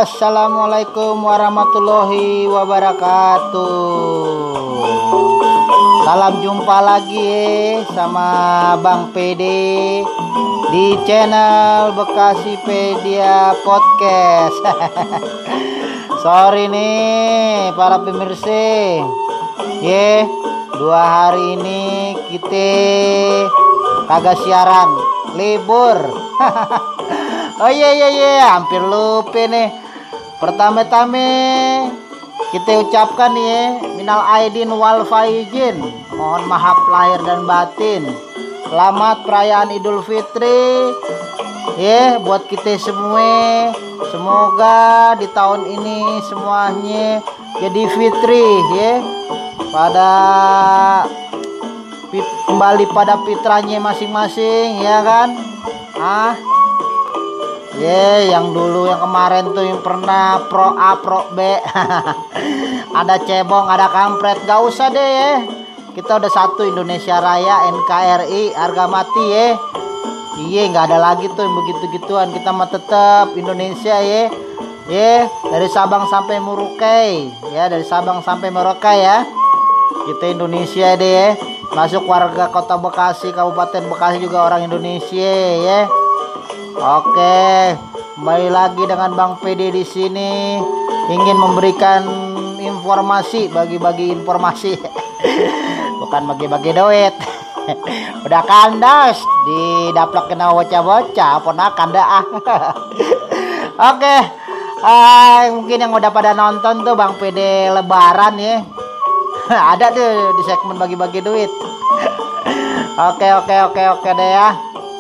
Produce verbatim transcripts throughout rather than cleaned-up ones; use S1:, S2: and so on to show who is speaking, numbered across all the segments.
S1: Assalamualaikum warahmatullahi wabarakatuh. Salam jumpa lagi eh, sama Bang P D di channel Bekasipedia Podcast. Sorry nih para pemirsa, ye dua hari ini kita kagak siaran, libur. Oh iya iya iya, hampir lupa nih. Pertama-tama kita ucapkan nih ya, minal aidin wal faizin, mohon maaf lahir dan batin. Selamat perayaan Idul Fitri ya buat kita semua. Semoga di tahun ini semuanya jadi fitri ya, pada kembali pada fitrahnya masing-masing ya kan. Ah ye yeah, yang dulu yang kemarin tuh yang pernah pro A pro B ada cebong ada kampret, gak usah deh ya, kita udah satu Indonesia Raya N K R I harga mati ya. Iya nggak ada lagi tuh yang begitu-gituan, kita mah tetap Indonesia ya. Ya dari Sabang sampai Merauke ya, dari Sabang sampai Merauke ya, kita Indonesia deh ya. Masuk warga Kota Bekasi, Kabupaten Bekasi juga orang Indonesia ya. Oke, kembali lagi dengan Bang P D di sini, ingin memberikan informasi, bagi-bagi informasi, bukan bagi-bagi duit. Udah kandas didaplok kena bocah-bocah, ponakan dah. Oke, uh, mungkin yang udah pada nonton tuh Bang P D Lebaran ya, ada tuh di segmen bagi-bagi duit. Oke oke oke oke deh ya.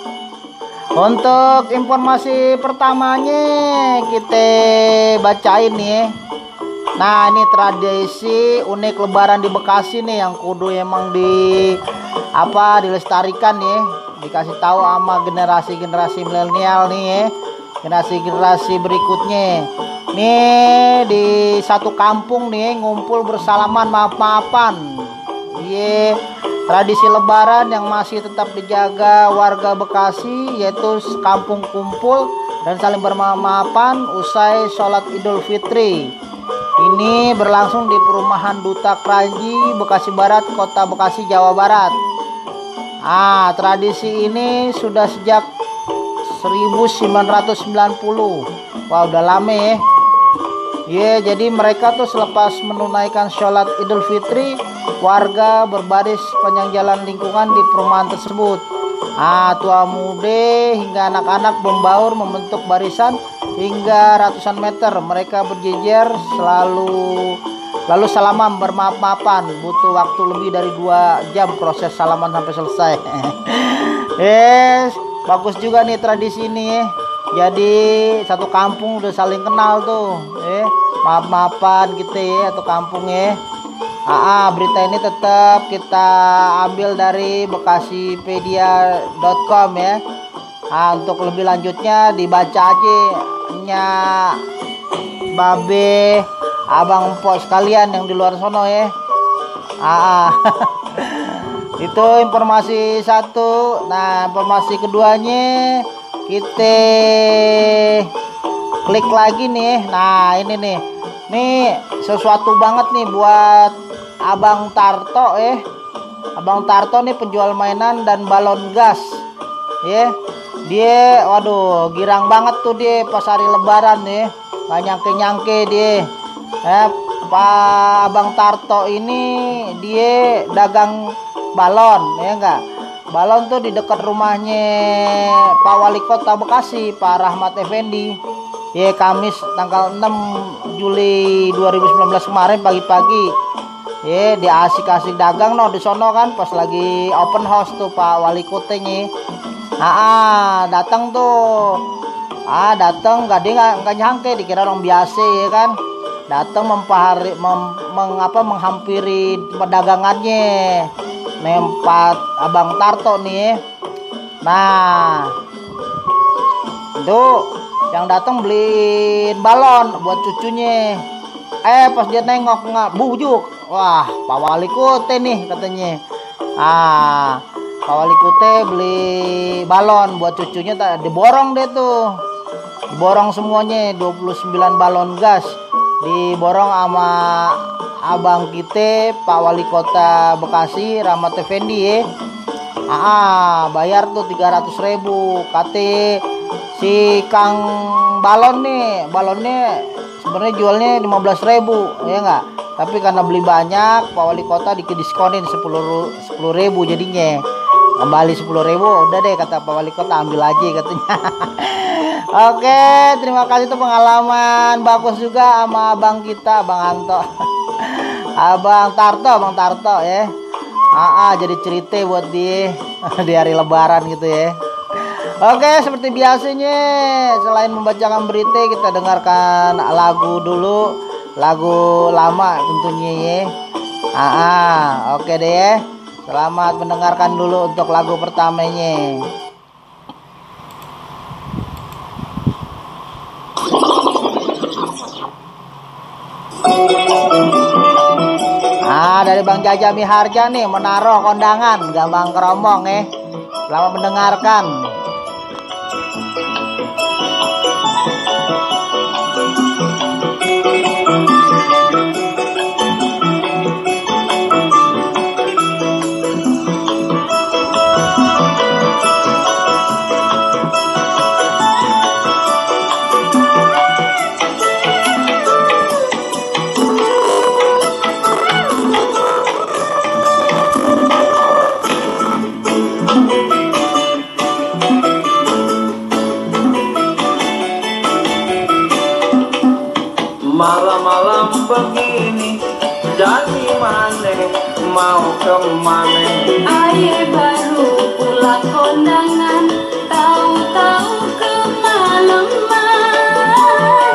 S1: Untuk informasi pertamanya kita bacain nih. Nah ini tradisi unik Lebaran di Bekasi nih yang kudu emang di apa dilestarikan nih, dikasih tahu sama generasi-generasi milenial nih ya, generasi-generasi berikutnya. Nih di satu kampung nih ngumpul bersalaman maaf-maafan. Iya. Tradisi Lebaran yang masih tetap dijaga warga Bekasi yaitu kampung kumpul dan saling bermaaf-maafan usai sholat Idul Fitri. Ini berlangsung di perumahan Duta Kranji, Bekasi Barat, Kota Bekasi, Jawa Barat. Ah, tradisi ini sudah sejak seribu sembilan ratus sembilan puluh. Wah, udah lama ya. Ya, jadi mereka tuh selepas menunaikan sholat Idul Fitri, warga berbaris sepanjang jalan lingkungan di perumahan tersebut. Ah, tua muda hingga anak-anak membaur membentuk barisan hingga ratusan meter. Mereka berjejer selalu lalu salaman bermaaf-maafan. Butuh waktu lebih dari dua jam proses salaman sampai selesai. Yes, bagus juga nih tradisi ini ya. Jadi satu kampung udah saling kenal tuh, eh maaf-maafan gitu ya, atau kampung ya. Ah, berita ini tetap kita ambil dari bekasipedia dot com ya. Ah, untuk lebih lanjutnya dibaca aja nya babe, abang pos sekalian yang di luar sono ya. Ah, itu informasi satu. Nah, informasi keduanya kita klik lagi nih. Nah ini nih, nih sesuatu banget nih buat Abang Tarto eh. Abang Tarto nih penjual mainan dan balon gas ya. Dia waduh girang banget tuh dia pas hari Lebaran nih, gak nyangke-nyangke dia eh, Pak Abang Tarto ini dia dagang balon ya enggak. Balon tuh di dekat rumahnya Pak Wali Kota Bekasi, Pak Rahmat Effendi. Ya, Kamis tanggal enam Juli dua ribu sembilan belas kemarin pagi-pagi. Ya, dia asik-asik dagang no di sono kan pas lagi open house tuh Pak Wali Kotanya. Ah, ah datang tuh. Ah, datang gak dia nggak nggak nyangke, dikira orang biasa ya kan. Datang mempahari mem, mengapa menghampiri pedagangannya. Nempat Abang Tarto nih. Nah, itu yang datang beliin balon buat cucunya. Eh pas dia nengok nggak bujuk, wah Pak Wali Kute nih katanya. Ah, Pak Wali Kute beli balon buat cucunya, tak diborong deh tuh. Diborong semuanya dua puluh sembilan balon gas. Diborong sama abang kita Pak Wali Kota Bekasi Rahmat Effendi ya. Ah, bayar tuh tiga ratus ribu. Kate si Kang balon nih, balonnya sebenarnya jualnya lima belas ribu ya enggak, tapi karena beli banyak Pak Wali Kota didiskonin sepuluh ribu, jadinya kembali sepuluh ribu. Udah deh kata Pak Wali Kota, ambil aja katanya. Oke, terima kasih tuh, pengalaman bagus juga sama abang kita, Bang Anto. Abang Tarto, Bang Tarto ya. Ah, ah, jadi cerita buat di di hari Lebaran gitu ya. Oke, seperti biasanya selain membacakan berita, kita dengarkan lagu dulu, lagu lama tentunya ya. Ah, ah, oke deh ya. Selamat mendengarkan dulu untuk lagu pertamanya. Ah, dari Bang Jaja Miharja nih, menaruh kondangan Gambang Keromong ya. Selamat mendengarkan.
S2: Malam-malam begini dari mana mau kemana?
S3: Aye baru pulang kondangan, tahu-tahu kemalaman.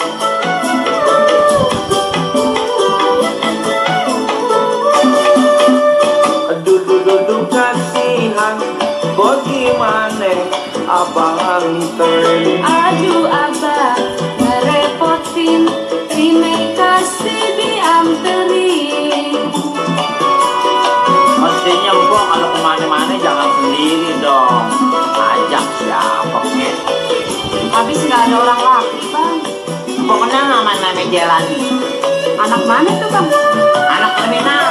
S2: Duduk-duduk kasihan, bagaimana abang anterin?
S3: Aduh abang, ngerepotin, terima kasih dianterin.
S2: Mestinya gua kalau kemana-mana jangan sendiri dong, ajak siapa kek?
S3: Habis nggak ada orang laki bang.
S2: Gua kenal nama-nama jalan.
S3: Anak mana tuh bang?
S2: Anak kriminal.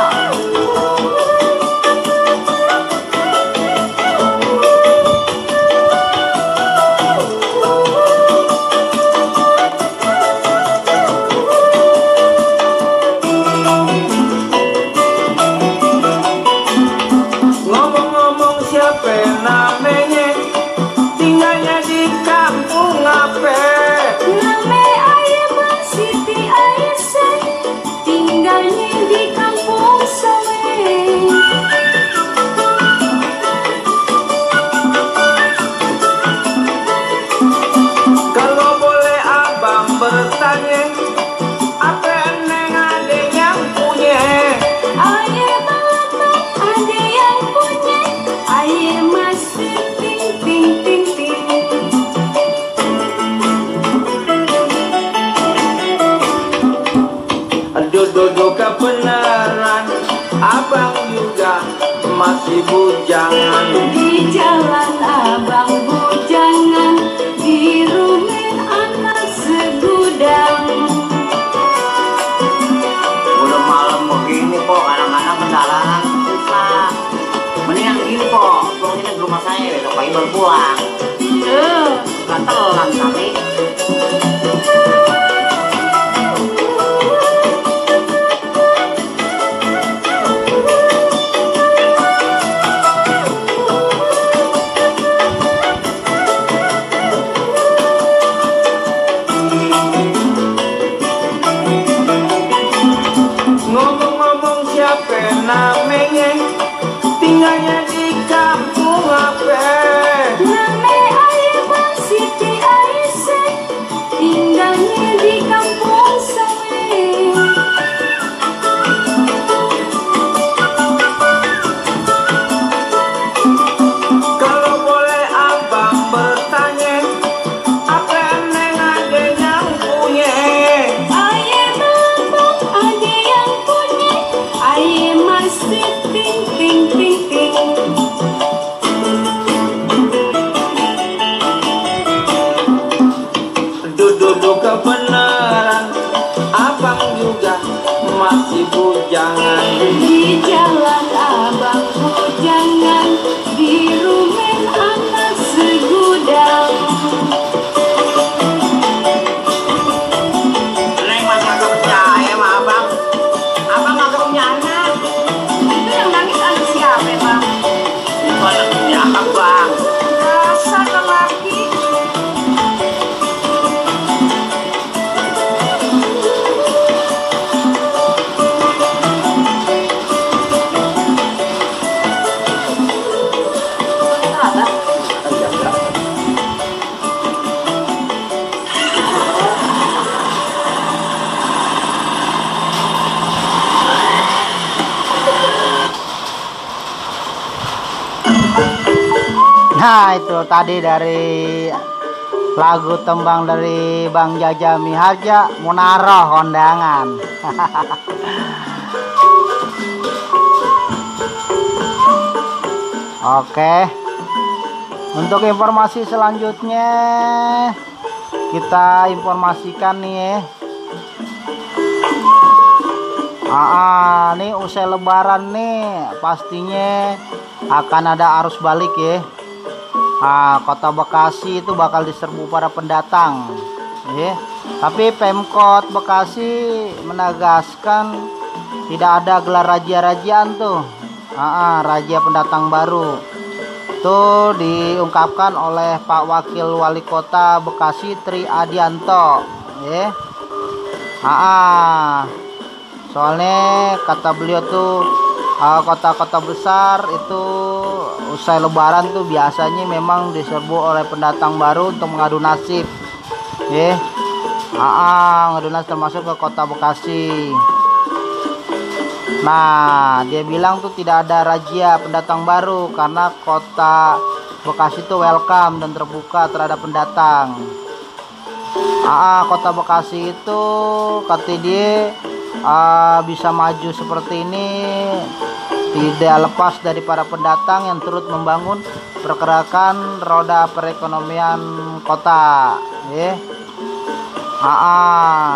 S2: Ngomong-ngomong siapa namanya, tinggalnya di kampung apa?
S3: Name aye Mbak Siti Aisyah, tinggalnya di kampung Sowe.
S2: Kalau boleh abang bertanya, apa neng ada yang punya?
S3: Aye bapak ada yang punya, aye masih ting ting ting ting.
S2: Duduk kebenaran, abang juga masih bujangan.
S3: Di jalan abang bujangan, di rumah anak segudang.
S2: Udah malam begini kok, anak-anak kendaraan susah. Mendingan gini kok, turunnya ke rumah saya, besok pagi baru pulang.
S3: Eh,
S2: Gak telat tapi. Ngomong-ngomong siapa namanya, tinggalnya di kampung apa?
S3: name aye Mbak Siti Aisyah, tinggalnya di kampung Sowe.
S2: Kalau boleh abang bertanya, apa neng ada yang punya?
S3: Aye bapak ada yang punya, aye masih ting ting ting ting. di jalan abang, oh jangan di rumen anak segudang.
S2: Neng masih agak percaya sama abang. Abang agak punya anak.
S3: Itu yang nangis anak siapa bang?
S2: Itu anak punya abang.
S3: Dasar lelaki.
S1: Nah itu tadi dari lagu tembang dari Bang Jaja Miharja, Munaroh kondangan. Oke, untuk informasi selanjutnya kita informasikan nih ya. Ah, nih usai lebaran nih pastinya akan ada arus balik ya. Ah, Kota Bekasi itu bakal diserbu para pendatang ya. Tapi Pemkot Bekasi menegaskan tidak ada gelar raja-rajaan tuh. Ah, raja pendatang baru tuh diungkapkan oleh Pak Wakil Wali Kota Bekasi Tri Adianto ya. Ah, soalnya kata beliau tuh uh, kota-kota besar itu usai lebaran tuh biasanya memang diserbu oleh pendatang baru untuk mengadu nasib ya. Ah, ngadu nasib termasuk ke Kota Bekasi. Nah, dia bilang tuh tidak ada razia pendatang baru karena Kota Bekasi tuh welcome dan terbuka terhadap pendatang. Ah, Kota Bekasi itu kata dia uh, bisa maju seperti ini tidak lepas dari para pendatang yang turut membangun pergerakan roda perekonomian kota ya. Ah, ah.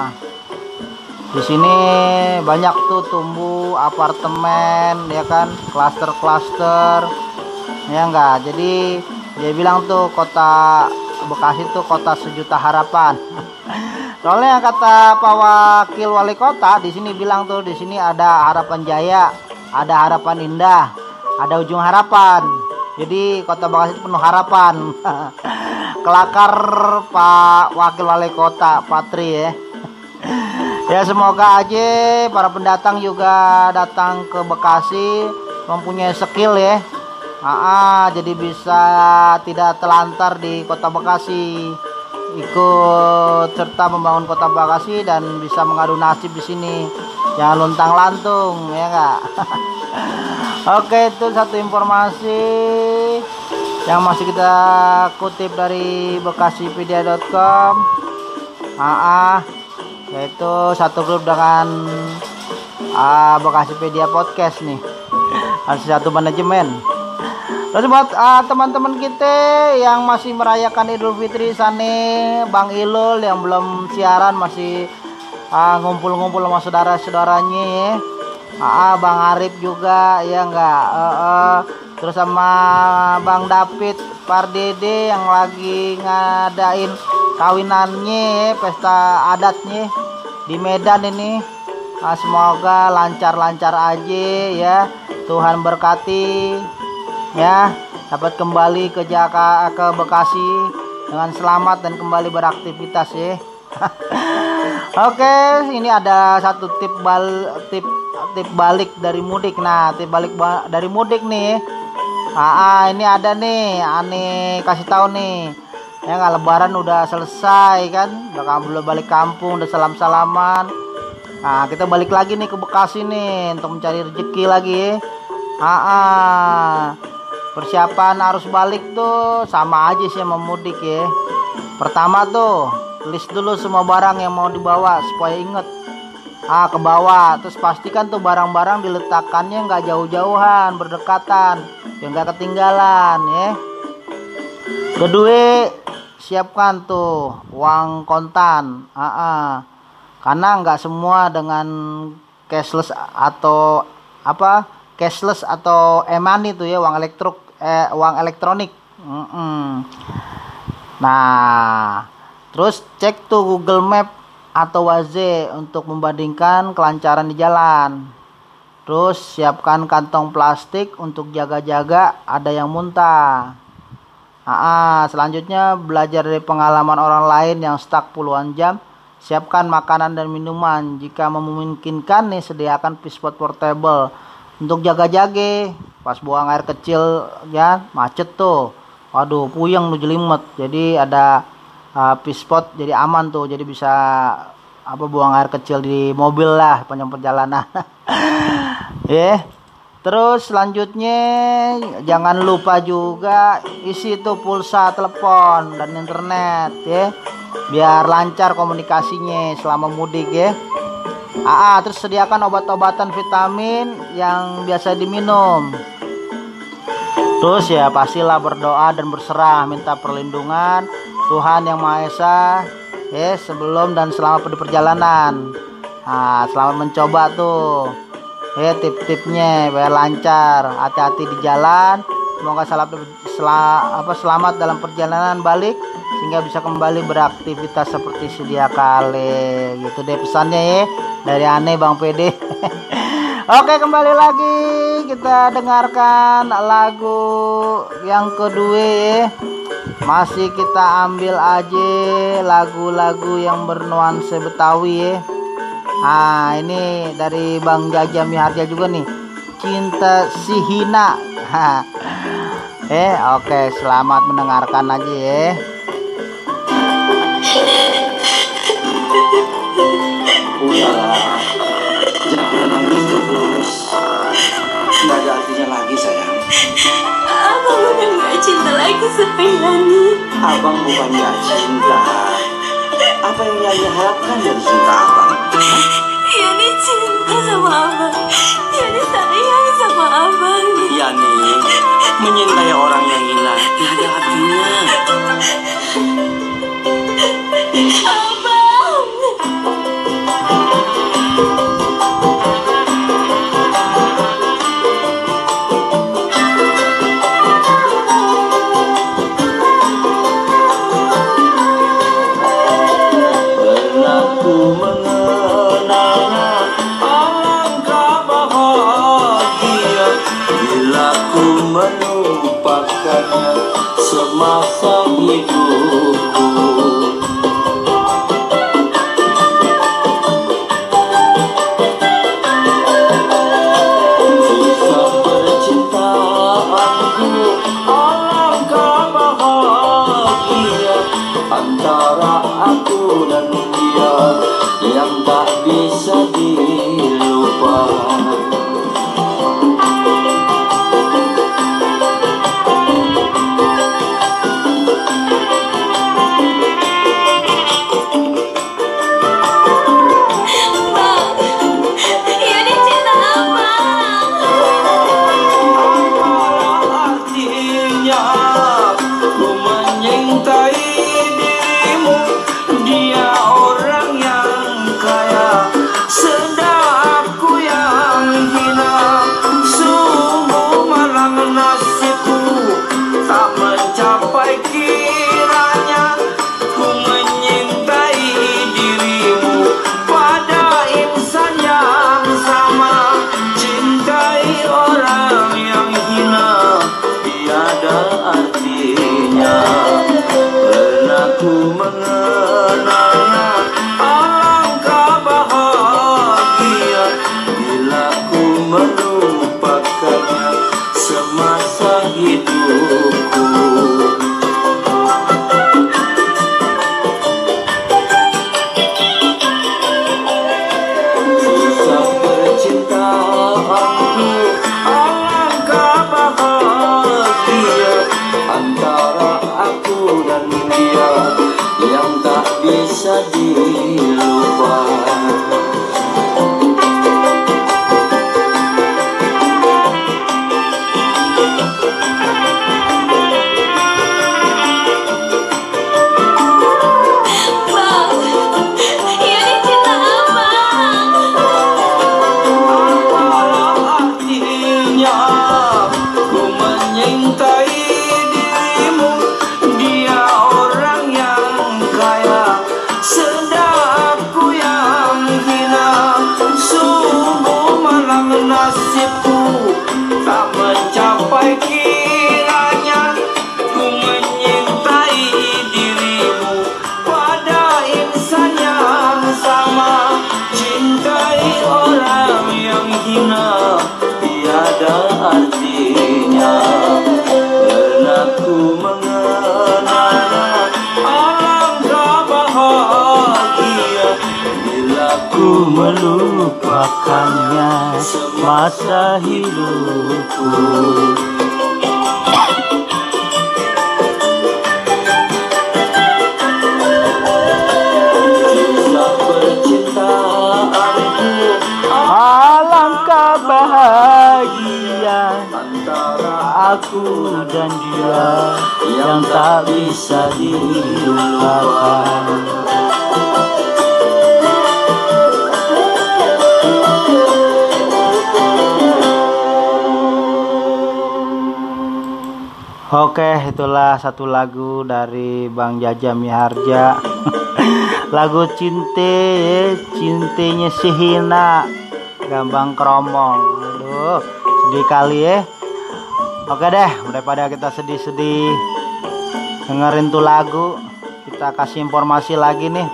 S1: Di sini banyak tuh tumbuh apartemen ya kan, klaster-klaster ya enggak. Jadi dia bilang tuh Kota Bekasi tuh kota sejuta harapan. Soalnya kata Pak Wakil Wali Kota di sini bilang tuh di sini ada harapan jaya, ada harapan indah, ada ujung harapan. Jadi Kota Bekasi itu penuh harapan. Kelakar Pak Wakil Wali Kota Patri ya. Ya semoga aja para pendatang juga datang ke Bekasi mempunyai skill ya. Ah, jadi bisa tidak telantar di Kota Bekasi, ikut serta membangun Kota Bekasi dan bisa mengadu nasib di sini. Jangan luntang lantung ya enggak. Oke, itu satu informasi yang masih kita kutip dari bekasipedia dot com. Ah, yaitu satu grup dengan ah, Bekasipedia Podcast nih. Harus satu manajemen. Terus buat uh, teman-teman kita yang masih merayakan Idul Fitri sana, Bang Ilul yang belum siaran masih uh, ngumpul-ngumpul sama saudara-saudaranya ya. Uh, Bang Arif juga ya enggak. Uh, uh, terus sama Bang David Pardede yang lagi ngadain kawinannya, pesta adatnya di Medan ini. Uh, semoga lancar-lancar aja ya. Tuhan berkati. Ya, dapat kembali ke Jakarta, ke Bekasi dengan selamat dan kembali beraktivitas ya. Oke, ini ada satu tip bal tip tip balik dari mudik. Nah, tip balik ba dari mudik nih. Ah, ah, ini ada nih, aneh kasih tahu nih. Ya nggak, lebaran udah selesai kan, udah belum balik kampung, udah salam-salaman. Nah, kita balik lagi nih ke Bekasi nih untuk mencari rezeki lagi ya. Ah, ah. Persiapan arus balik tuh sama aja sih sama mudik ya. Pertama tuh list dulu semua barang yang mau dibawa supaya inget ah ke bawah. Terus pastikan tuh barang-barang diletakkannya nggak jauh-jauhan, berdekatan biar nggak ketinggalan ya. Kedua, siapkan tuh uang kontan. Ah, ah. Karena nggak semua dengan cashless atau apa cashless atau e-money tuh ya, uang elektro eh, uang elektronik. Mm-mm. Nah, terus cek tuh Google Map atau Waze untuk membandingkan kelancaran di jalan. Terus siapkan kantong plastik untuk jaga-jaga ada yang muntah. Ah, selanjutnya belajar dari pengalaman orang lain yang stuck puluhan jam. Siapkan makanan dan minuman. Jika memungkinkan nih, sediakan pispot portable untuk jaga-jaga. Pas buang air kecil ya macet tuh. Waduh, puyeng lu jelimet. Jadi ada uh, pispot jadi aman tuh. Jadi bisa apa buang air kecil di mobil lah panjang perjalanan. Ya. Yeah. Terus selanjutnya jangan lupa juga isi tuh pulsa telepon dan internet ya. Biar lancar komunikasinya selama mudik ya. Ah, terus sediakan obat-obatan vitamin yang biasa diminum. Terus ya pastilah berdoa dan berserah minta perlindungan Tuhan Yang Maha Esa ya sebelum dan selama di perjalanan. Nah, selamat mencoba tuh. Ya tip-tipnya biar lancar, hati-hati di jalan. Semoga selamat, sel, apa, selamat dalam perjalanan balik sehingga bisa kembali beraktivitas seperti sedia kala. Gitu deh pesannya ya dari aneh Bang Pede. Oke, kembali lagi kita dengarkan lagu yang kedua ya. Masih kita ambil aja lagu-lagu yang bernuansa Betawi ya. Ah, ini dari Bang Jaja Miharja juga nih. Cinta Si Hina. eh, oke, selamat mendengarkan aja ya.
S4: Udahlah, jangan nangis terus. Nggak ada artinya lagi sayang.
S3: Abang udah gak cinta lagi sama Yani.
S4: Abang bukan gak cinta. Apa yang Yani harapkan dari cinta abang?
S3: Yani cinta sama abang. Yani sayang sama abang.
S4: Yani menyintai orang yang hina tidak ada artinya.
S3: Abang.
S4: Pernah ku mengenalnya, alangkah bahagia bila ku melupakannya semasa hidupku. nasibku tak mencapai kiranya ku menyintai dirimu pada insan yang sama. Cintai orang yang hina tiada artinya, karena ku mengenalnya. Alangkah bahagia bila ku melupakannya semasa hidupku. Kisah percintaanku
S1: Alangkah bahagia
S4: antara
S1: aku dan dia yang tak bisa dilupakan. Oke, itulah satu lagu dari Bang Jaja Miharja. Lagu Cinte, ya, cintenya si Hina, Gambang Kromong. Aduh, sedih kali ya. Oke deh, daripada kita sedih-sedih dengerin tuh lagu, kita kasih informasi lagi nih.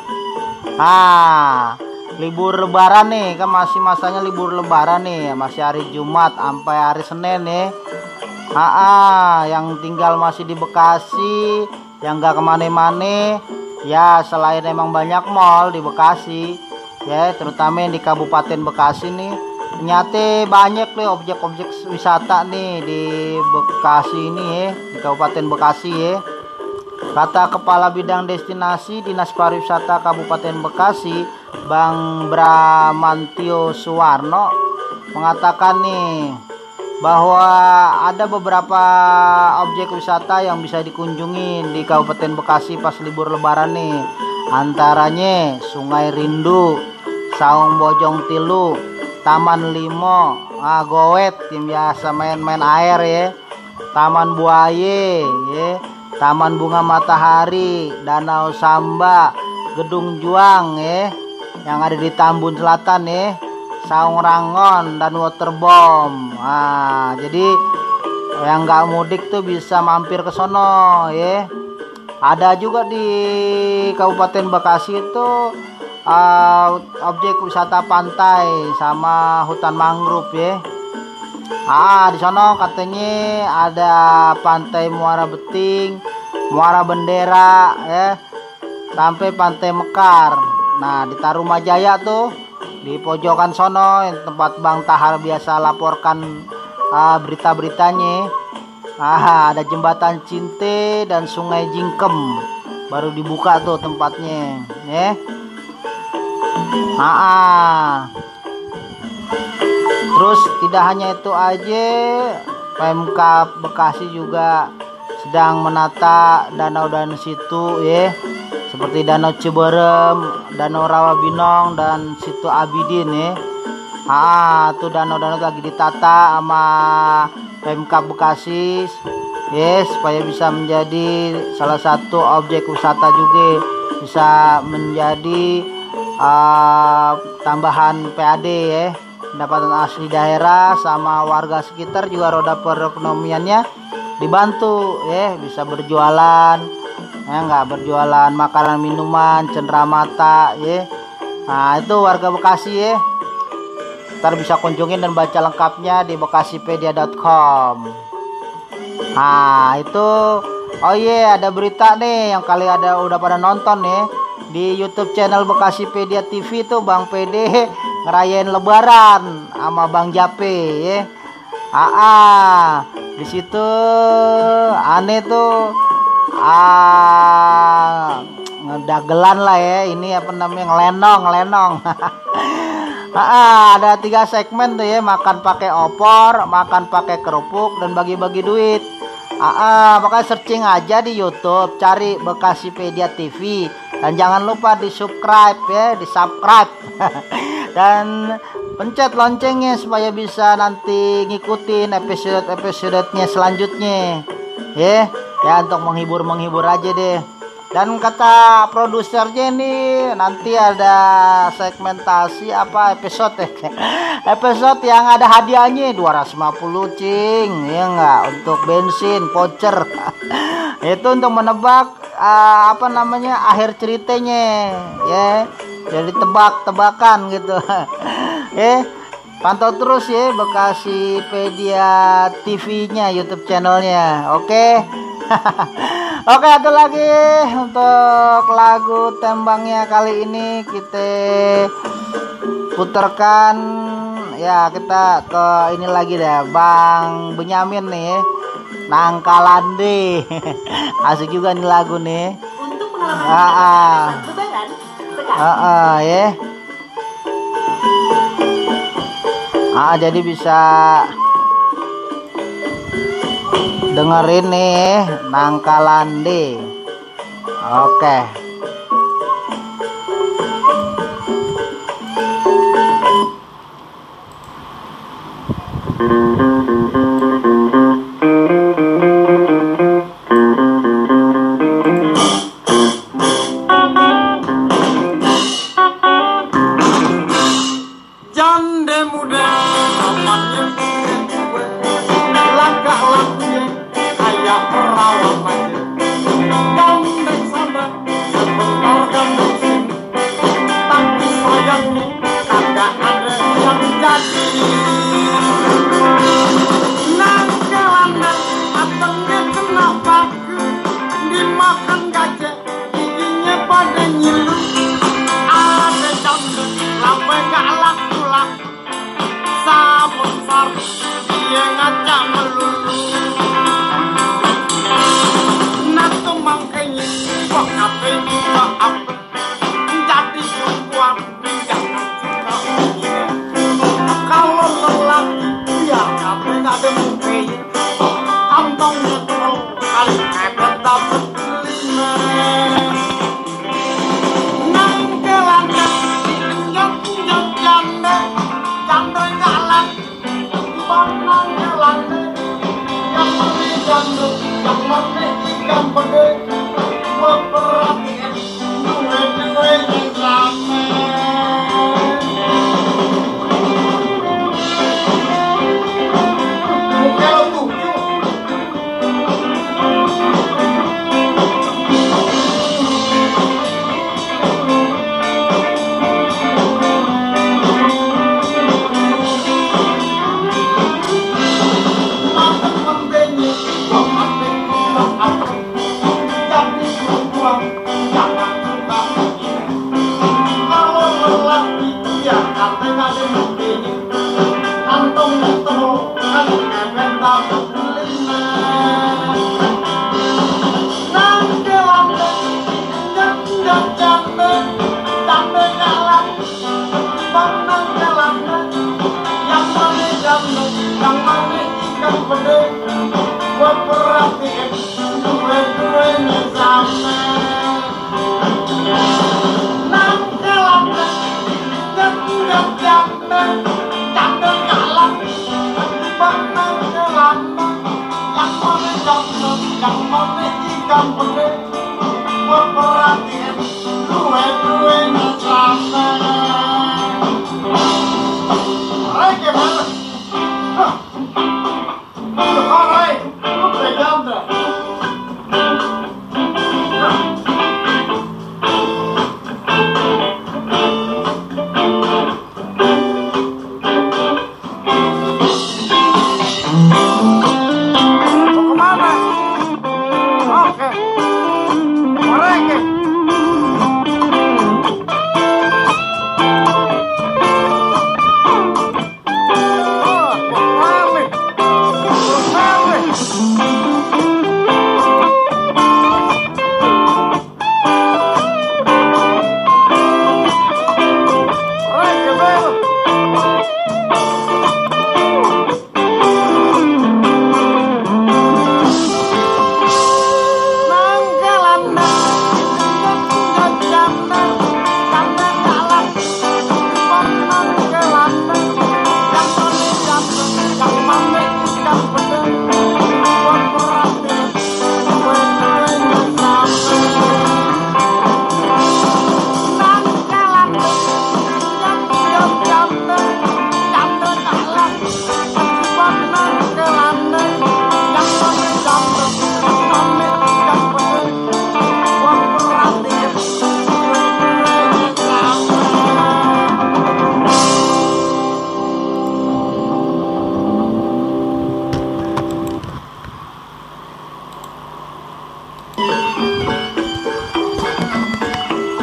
S1: Ah, libur lebaran nih, kan masih masanya libur lebaran nih, masih hari Jumat sampai hari Senin nih. Ah, ah, yang tinggal masih di Bekasi, yang gak kemana-mana, ya selain emang banyak mall di Bekasi, ya terutama yang di Kabupaten Bekasi nih, ternyata banyak nih objek-objek wisata nih di Bekasi ini ya, di Kabupaten Bekasi ya. Kata Kepala Bidang Destinasi Dinas Pariwisata Kabupaten Bekasi, Bang Bramantio Suwarno, mengatakan nih bahwa ada beberapa objek wisata yang bisa dikunjungi di Kabupaten Bekasi pas libur lebaran nih. Antaranya Sungai Rindu, Saung Bojong Tilu, Taman Limo, ah, Gowet yang biasa main-main air ya, Taman Buaye ya, Taman Bunga Matahari, Danau Samba, Gedung Juang ya, yang ada di Tambun Selatan ya, Saung Rangon dan Waterbomb. Nah, jadi yang nggak mudik tuh bisa mampir ke sono ya. Ada juga di Kabupaten Bekasi itu uh, objek wisata pantai sama hutan mangrove ya. Ah, di sono katanya ada Pantai Muara Beting, Muara Bendera ya, sampai Pantai Mekar. Nah, di Tarumajaya tuh di pojokan sono yang tempat Bang Tahar biasa laporkan uh, berita-beritanya. Ah, ada Jembatan Cinte dan Sungai Jingkem baru dibuka tuh tempatnya ya. Ah, ah. Terus tidak hanya itu aja, Pemkab Bekasi juga sedang menata danau-danau situ ya, seperti Danau Ciberem, Danau Rawabinong dan Situ Abidin ya. Ah, tuh danau-danau lagi ditata sama Pemkab Bekasi ya, supaya bisa menjadi salah satu objek wisata juga, bisa menjadi uh, tambahan P A D ya, pendapatan asli daerah, sama warga sekitar juga roda perekonomiannya dibantu ya, bisa berjualan ya, nggak berjualan makanan minuman cenderamata ya. Nah, itu warga Bekasi ya, ntar bisa kunjungin dan baca lengkapnya di bekasipedia dot com. Nah itu, oh iya, yeah, ada berita nih yang kali ada udah pada nonton nih di YouTube channel Bekasipedia T V tuh, Bang P D ngerayain Lebaran sama Bang Jape ya. Ah, ah. Di situ aneh tuh ah ngedagelan lah ya, ini apa namanya, ngelenong ngelenong. Ah, ada tiga segmen tuh ya, makan pakai opor, makan pakai kerupuk, dan bagi-bagi duit. Ah, ah, makanya searching aja di YouTube, cari Bekasipedia T V, dan jangan lupa di subscribe ya, di subscribe dan pencet loncengnya supaya bisa nanti ngikutin episode-episodenya selanjutnya ya. Ya, untuk menghibur-menghibur aja deh. Dan kata produsernya nih nanti ada segmentasi apa episode ya. Episode yang ada hadiahnya dua ratus lima puluh cing, ya enggak, untuk bensin voucher. Itu untuk menebak uh, apa namanya akhir ceritanya ya. Jadi tebak-tebakan gitu. Eh, pantau terus ya Bekasipedia T V-nya YouTube channelnya. Oke. Oke, ada lagi untuk lagu tembangnya kali ini kita putarkan ya, kita ke ini lagi deh Bang Benyamin nih, Nangkalande. Asik juga nih lagu nih.
S3: Untuk pengalaman
S1: Ah, ah.
S3: lebaran sekarang.
S1: Ah, ah, ya. Ah, jadi bisa dengerin nih Nangkalande. Oke.
S5: Jande muda namanya gue, langkah lakunya kayak perawan aja. Gandeng sana sebentar gandeng sini, tapi sayangnya kagak ada yang jadi. Nangkalanda atengnya kena paku, dimakan gajah giginya pada nyilu. Ada janda lampai gak laku-laku, sabun sari dia ngajak melulu. Nah tuh makanya gua kata juga apa, jadi perempuan jangan suka begini. Kalau lelaki biar kata gak ada mungkin, kantongnya tebal kali kepet dapet lima. Nangkalanda yang yang janda janda jalan bang Nangkalanda yang mati janda yang mati ikan pede beperhatian dua dua sama. Muka lo tujuh. Yang mana ikan pede, gua perhatiin dua-duanya sama. Nangkalanda, janda janda, janda jalan, bang Nangkalanda, yang mana janda, yang mana ikan pede, gua perhatiin dua-duanya sama. Hai gimana? Alright, look at yonder. Mau kemana? Oke. Alright.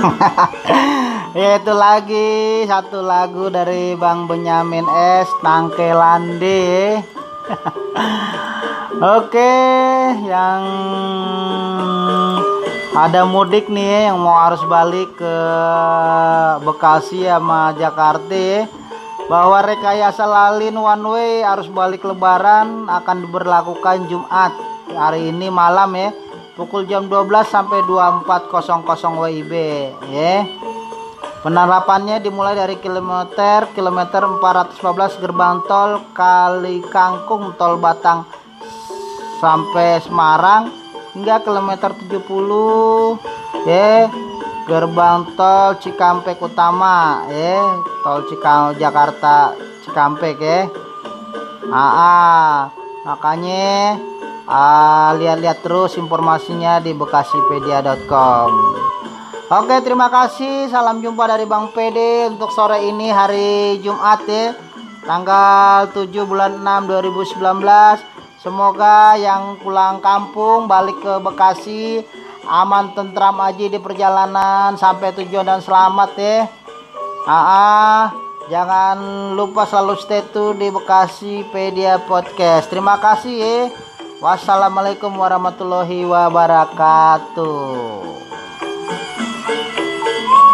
S1: Itu lagi satu lagu dari Bang Benyamin S, Nangkelande. Oke, yang ada mudik nih yang mau harus balik ke Bekasi sama Jakarta, bahwa rekayasa lalin one way arus balik lebaran akan diberlakukan Jumat hari ini malam ya, pukul jam dua belas sampai dua puluh empat W I B ya. Penerapannya dimulai dari kilometer kilometer empat ratus empat belas gerbang tol Kali Kangkung tol Batang sampai Semarang hingga kilometer tujuh puluh ya, gerbang tol Cikampek Utama ya, tol Cikampek Jakarta Cikampek ya. Ah, makanya ah, lihat-lihat terus informasinya di bekasipedia dot com. Oke, terima kasih. Salam jumpa dari Bang P D untuk sore ini hari Jumat ya, tanggal tujuh bulan enam dua ribu sembilan belas. Semoga yang pulang kampung balik ke Bekasi aman, tentram aja di perjalanan sampai tujuan dan selamat ya. Ah, jangan lupa selalu stay tune di Bekasipedia Podcast. Terima kasih ya. Wassalamualaikum warahmatullahi wabarakatuh.